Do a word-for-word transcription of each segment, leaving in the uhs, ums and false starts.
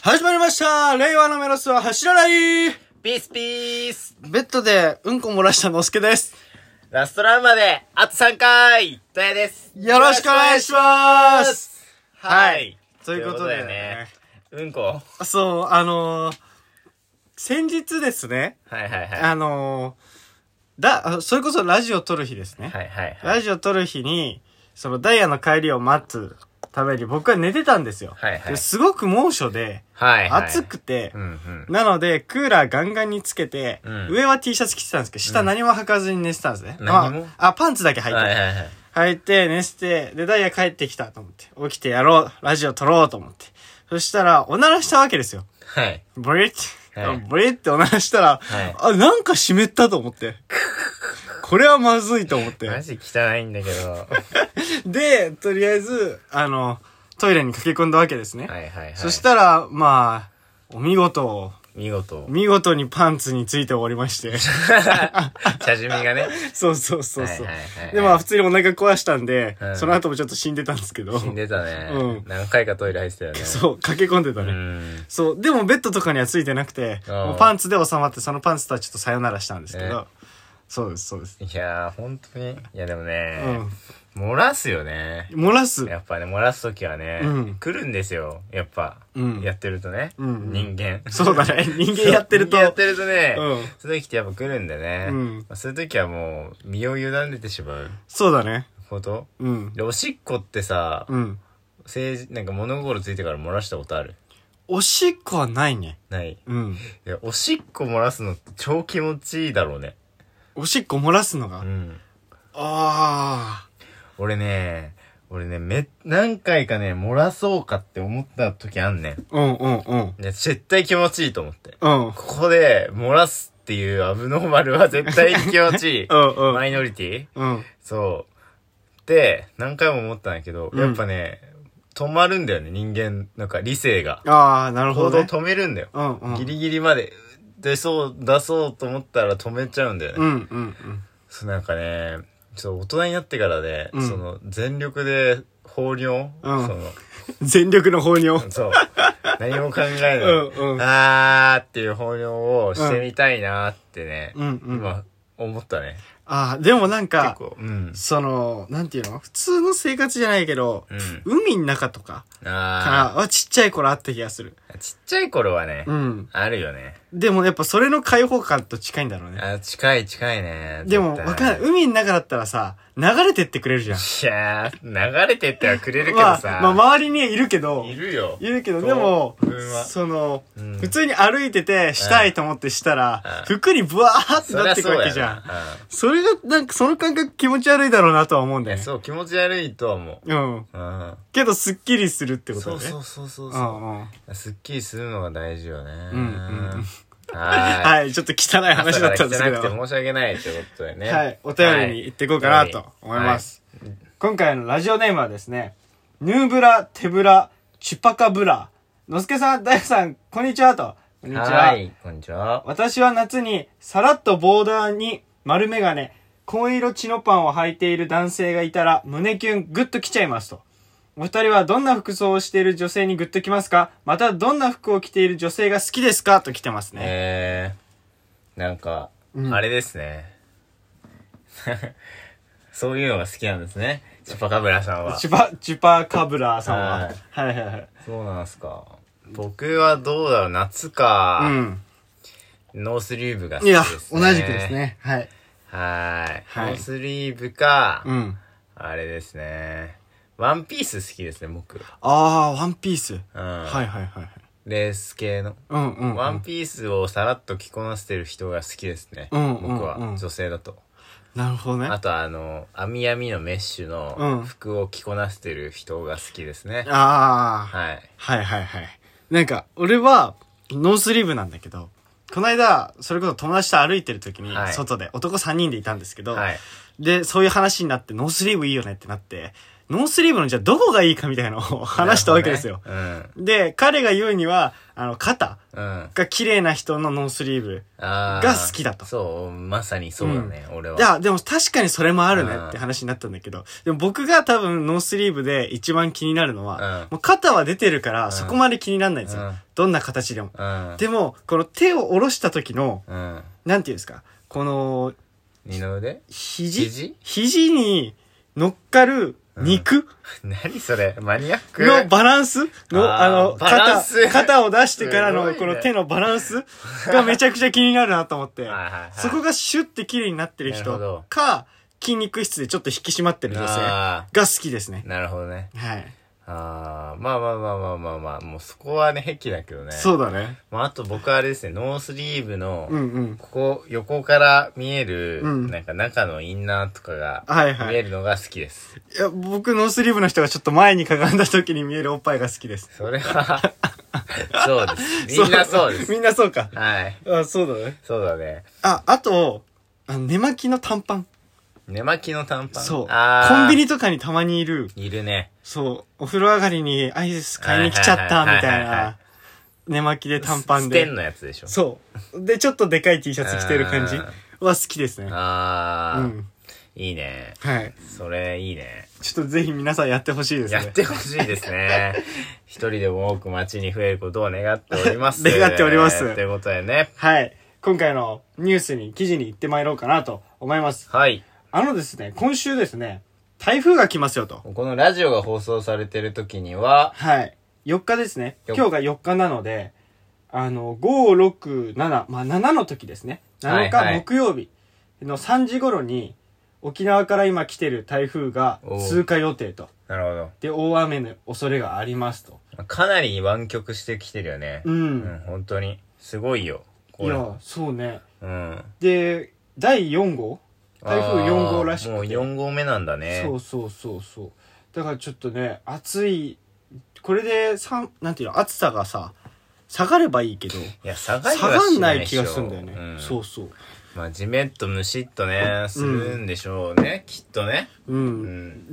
始まりました令和のメロスは走らないピースピース。 ベッドでうんこ漏らしたのすけです。 ラストラウンまであとさんかいトヤです。 よろしくお願いします。 はい。 ということでということでね。うんこそう、あのー、先日ですね。 はいはいはい。 あのー、だ、それこそラジオ撮る日ですね。 はいはいはい。 ラジオ撮る日に、そのダイヤの帰りを待つために僕は寝てたんですよ。 はいはい。 ですごく猛暑で、 はいはい。 暑くて、 うんうん。 なので、クーラーガンガンにつけて、うん、上は T シャツ着てたんですけど、下何も履かずに寝てたんですね。 うん、何もあ、パンツだけ履いて。 はいはいはい。 履いて、寝てて、で、ダイヤ帰ってきたと思って、起きてやろう、ラジオ撮ろうと思って。そしたら、おならしたわけですよ。 はい。 ボリッて、はい、ボリッっておならしたら、はい、あ、なんか湿ったと思って。これはまずいと思って。 マジ汚いんだけど。 で、とりあえず、あの、トイレに駆け込んだわけですね。 はいはいはい。 そしたら、まあ、お見事。 見事。 見事にパンツについておりまして。 茶染みがね。 そうそうそうそう。 はいはいはいはい、 で、まあ普通にお腹壊したんで、うん、その後もちょっと死んでたんですけど。 死んでたね。 うん。 何回かトイレ入ってたよね。 そう、駆け込んでたね。うん。そう。でもベッドとかにはついてなくて、もうパンツで収まって、そのパンツとはちょっとさよならしたんですけど。ね、そうです、そうです。 いやー、ほんとに。いやでもね、うん、漏らすよね。 漏らす。 やっぱね、漏らすときはね、うん、来るんですよ。やっぱ、うん、やってるとね、うん、人間。 そうだね。人間やってると。 人間やってるとね、うん、そういう時ってやっぱ来るんでね。うん、まあ、そういう時はもう、身を委ねてしまう。 そうだね。 こと。 うん。 で、おしっこってさ、うん、政治、なんか物心ついてから漏らしたことある？ おしっこはないね。 ない。 うん。 いや、おしっこ漏らすのって超気持ちいいだろうね。 おしっこ漏らすのが、 うん、 ああ。 俺ね、俺ね、め、何回かね、漏らそうかって思った時あんねん。 うんうんうん。 いや、絶対気持ちいいと思って。 うん。 ここで、漏らすっていうアブノーマルは絶対気持ちいい。 うんうん。 マイノリティうん。 そう。で、何回も思ったんだけど、うん、やっぱね、止まるんだよね、人間、なんか理性が。 ああ、なるほど、ね。 行動止めるんだよ。 うんうん。 ギリギリまで。出そう、出そうと思ったら止めちゃうんだよね。 うんうんうん。 そう、なんかね、そう、大人になってからで、うん、その、全力で放尿、 うん、 その、 全力の放尿。 そう。何も考えない。うんうん、あーっていう放尿をしてみたいなーってね、 うんうん、 今、思ったね。 ああ、でもなんか、 結構、うん、 その、なんていうの普通の生活じゃないけど、うん、海の中とか、 ああちっちゃい頃あった気がする。 ちっちゃい頃はね、 うん、 あるよね。 でもやっぱそれの開放感と近いんだろうね。 あ、近い近いね。 でも、わかんない。海の中だったらさ、流れてってくれるじゃん。 いやー、流れてってはくれるけどさ。 まあ、まあ、周りにいるけど。 いるよ。 いるけど、でも、その、うん、普通に歩いてて、したいと思ってしたら、うん、服にブワーってなってくわけじゃん。そ, それが、なんかその感覚気持ち悪いだろうなとは思うんだよね。 そう、気持ち悪いとは思う。 うん。うん。けど、スッキリするってことだね。 そうそうそうそう。うんうん、スッキリするのが大事よね。 うんうん。 はい。 はい。ちょっと汚い話だったんですけど。 汚くて申し訳ないってことでね。 はい。お便りに行っていこうかなと思います。はいはい、今回のラジオネームはですね、ヌーブラ、テブラ、チュパカブラ。のすけさん、ダイさん、こんにちはと。 こんにちは。はい。こんにちは。 私は夏に、さらっとボーダーに丸メガネ、紺色チノパンを履いている男性がいたら、胸キュングッと来ちゃいますと。お二人はどんな服装をしている女性にグッときますか？またどんな服を着ている女性が好きですか？と来てますね。 えー、なんか、うん、あれですね。そういうのが好きなんですね。チュパカブラさんは。 チュパ、チュパカブラさんは。はい、はいはいはい。 そうなんすか。僕はどうだろう、夏か。うん。ノースリーブが好きですね。 いや、同じくですね。はい。 はいはい。ノースリーブか、 うん。 あれですね。ワンピース好きですね、僕。 あー、ワンピース。うん。 はいはいはい。 レース系の。 うんうん、うん。 ワンピースをさらっと着こなしてる人が好きですね。うん、うん。僕は、女性だと。 なるほどね。 あとあの、網網のメッシュの服を着こなしてる人が好きですね。 うん、あー。 はい。 はいはいはい。なんか、俺は、ノースリーブなんだけど、この間、それこそ友達と歩いてる時に、外で、男さんにんでいたんですけど、はい、で、そういう話になって、ノースリーブいいよねってなって、 ノースリーブのじゃあどこがいいかみたいなのを話したわけですよ。 ね、うん、 で、彼が言うには、あの、肩が綺麗な人のノースリーブが好きだと。 そう、まさにそうだね、うん、俺は。 いや、でも確かにそれもあるねって話になったんだけど、でも僕が多分ノースリーブで一番気になるのは、うん、もう肩は出てるからそこまで気にならないんですよ。うん、どんな形でも。うん、でも、この手を下ろした時の、うん、なんていうんですか、この、 二の腕肘肘肘に乗っかる肉、 うん、何それマニアックのバランスの、あ, あの、肩、肩を出してからのね、 この手のバランスがめちゃくちゃ気になるなと思って、 はいはいはい、 そこがシュッて綺麗になってる人か、筋肉質でちょっと引き締まってる女性が好きですね。 なるほどね。 はい。 ああ、まあまあまあまあまあまあ、もうそこはね、癖だけどね。 そうだね。 まああと僕はあれですね、ノースリーブの、 うんうん、 ここ、横から見える、うん、なんか中のインナーとかが、見えるのが好きです。 いや、僕ノースリーブの人がちょっと前にかがんだ時に見えるおっぱいが好きです。 それは、そうです。みんなそうです。 みんなそうか。 はい。 あ、そうだね。 そうだね。 あ、あと、あの寝巻きの短パン。 寝巻きの短パン。 そう。コンビニとかにたまにいる。 いるね。 そう。お風呂上がりにアイス買いに来ちゃったみたいな。寝巻きで短パンで。 ステンのやつでしょ。 そう。で、ちょっとでかい T シャツ着てる感じは好きですね。 ああ。うん。いいね。 はい。 それいいね。 ちょっとぜひ皆さんやってほしいですね。 やってほしいですね。一人でも多く街に増えることを願っております。 願っております。 ということでね。 はい。今回のニュースに、記事に行ってまいろうかなと思います。 はい。 あのですね、今週ですね、台風が来ますよと。 このラジオが放送されてる時には、 はい。よっかですね。今日がよっかなので、あの、ご、ろく、なな、まあななの時ですね。なのか木曜日のさんじ頃に、沖縄から今来てる台風が通過予定と。 なるほど。 で、大雨の恐れがありますと。 かなり湾曲してきてるよね。 うん。うん、 本当に。すごいよ。 いや、そうね。 うん。 で、だいよん号台風よん号らしくて。 もうよん号目なんだね。 そうそうそうそう。だからちょっとね、暑い、これで、さなんていうの、暑さがさ、下がればいいけど、いや、下がりは下がんない気がするんだよね。うん、そうそう。 まあ、じめっとムシッとね、するんでしょうね、うん、きっとね。 うん。うん。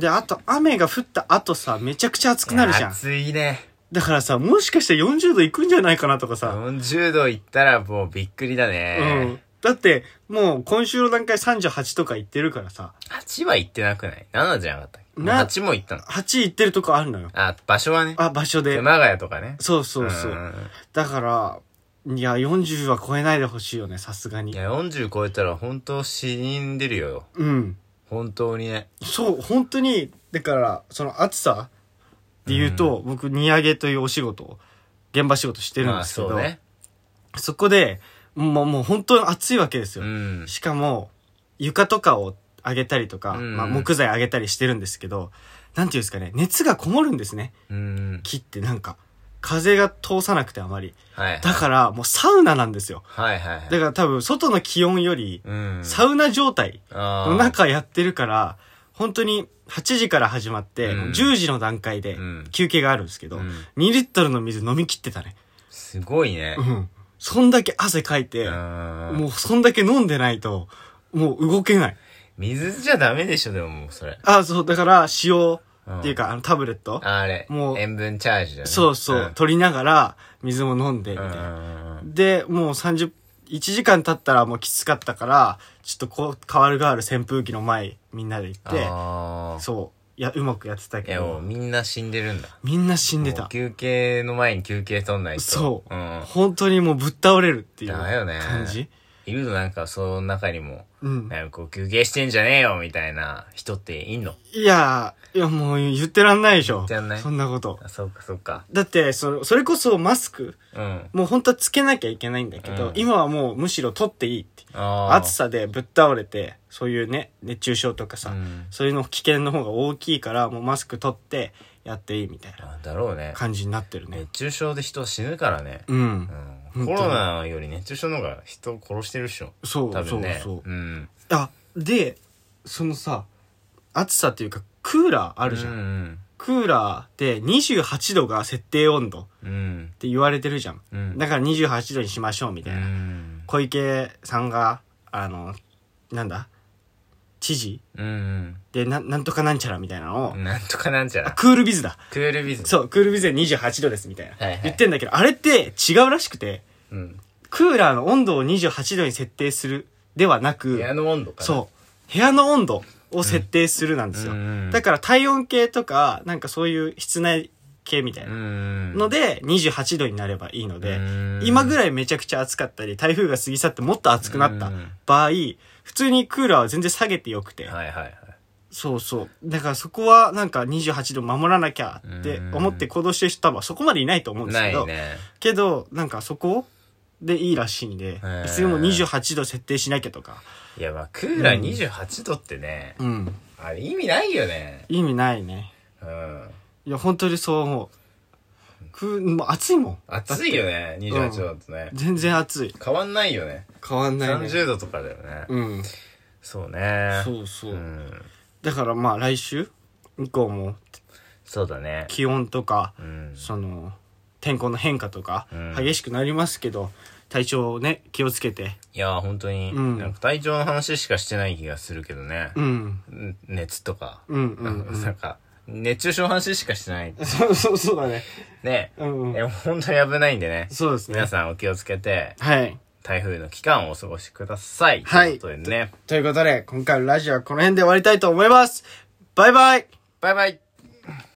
で、あと、雨が降った後さ、めちゃくちゃ暑くなるじゃん。 暑いね。 だからさ、もしかしてよんじゅうどいくんじゃないかなとかさ。 よんじゅうどいったらもうびっくりだね。 うん。だって、もう今週の段階さんじゅうはちとか行ってるからさ。 はちは行ってなくない ?なな じゃなかったっけな ?はち も行ったの ?はち 行ってるとこあるのよ。 あ、場所はね。 あ、場所で。 熊谷とかね。 そうそうそう。うだから、いや、よんじゅうは超えないでほしいよね、さすがに。 いや、よんじゅう超えたら本当死んでるよ。 うん。 本当にね。 そう、本当に、だから、その暑さで言うと、うん、僕、荷上げというお仕事を、現場仕事してるんですけど、まあそうね、そこで、もう、もう本当に暑いわけですよ。うん、しかも、床とかを上げたりとか、うん、まあ木材上げたりしてるんですけど、なんていうんですかね、熱がこもるんですね。うん、木ってなんか、風が通さなくてあまり。はいはい、だから、もうサウナなんですよ。はいはいはい、だから多分、外の気温より、サウナ状態の中やってるから、本当にはちじから始まって、うん、じゅうじの段階で休憩があるんですけど、うん、にリットルの水飲み切ってたね。 すごいね。 うん。そんだけ汗かいて、もうそんだけ飲んでないと、もう動けない。 水じゃダメでしょ、でももうそれ。 あ、そう、だから塩っていうか、あのタブレット。 あれ。もう。塩分チャージだね。 そうそう、うん、取りながら水も飲んで、みたいな。で、もうさんじゅう、いちじかん経ったらもうきつかったから、ちょっとこう、変わる変わる扇風機の前、みんなで行って、そう。いや、うまくやってたけど。いや、 もうみんな死んでるんだ。 みんな死んでた。 休憩の前に休憩取んないと。 そう。うん、本当にもうぶっ倒れるっていう感じ。だよね。 いるのなんか、その中にも、うん。なんかこう、休憩してんじゃねえよ、みたいな人っていんの？ いや、いやもう言ってらんないでしょ。 言ってらんない？ そんなこと。 あ、そうか、そうか。 だって、そ、それこそマスク。うん。もう本当はつけなきゃいけないんだけど、うん、今はもうむしろ取っていいって。暑さでぶっ倒れて、そういうね、熱中症とかさ、うん、そういうの危険の方が大きいから、もうマスク取ってやっていいみたいな。 だろうね。 感じになってるね。 熱中症で人死ぬからね。 うん。 うん、コロナより熱中症の方が人を殺してるっしょ。 そう、 多分ね。 そうそう。 うん。 あ、で、そのさ、暑さっていうか、クーラーあるじゃん。うんうん、クーラーでにじゅうはちどが設定温度って言われてるじゃん。うん、だからにじゅうはちどにしましょうみたいな。うん、小池さんが、あの、なんだ知事うんうん。 で、な、なんとかなんちゃらみたいなのを、 なんとかなんちゃあら。 クールビズだ。 クールビズ。 そう、クールビズでにじゅうはちどですみたいな。 はいはい言ってんだけど、あれって違うらしくて、 うん。 クーラーの温度をにじゅうはちどに設定するではなく、 部屋の温度かな。 そう、部屋の温度を設定するなんですよ。 うんうんうんだから体温計とか、なんかそういう室内系みたいなうん。 ので、にじゅうはちどになればいいので、 うん今ぐらいめちゃくちゃ暑かったり、台風が過ぎ去ってもっと暑くなったうん場合、普通にクーラーは全然下げてよくて、 はいはいはい。 そうそう。だからそこはなんかにじゅうはちど守らなきゃって思って行動してる人多分そこまでいないと思うんですけど、 ないね。 けど、なんかそこでいいらしいんで、 ー別にもうにじゅうはちど設定しなきゃとか、 いやまあクーラーにじゅうはちどってね、 うん。 あれ意味ないよね。 意味ないね。 うん。 いや、本当にそう思う。く、もう暑いもん。 暑いよね、にじゅうはちどだとね。 全然暑い。 変わんないよね。 変わんないね。 さんじゅうどとかだよね。 うん。 そうね。 そうそう。 ん。 だからまあ来週以降もそうだね。 気温とか、 うん。 その、天候の変化とかうん激しくなりますけど、体調をね、気をつけて。 いやー本当に、 うんなんか体調の話しかしてない気がするけどね。 うん。 うん熱とか。 うんうんうん。 なんか、熱中症の話しかしてない。 そうそうそうだね。 ね。 うんうん。 え、本当に危ないんでね。 そうですね。 皆さんお気をつけて、 はい。 台風の期間をお過ごしください。 はいということでね。 ということで、今回のラジオはこの辺で終わりたいと思います。バイバイ。 バイバイ。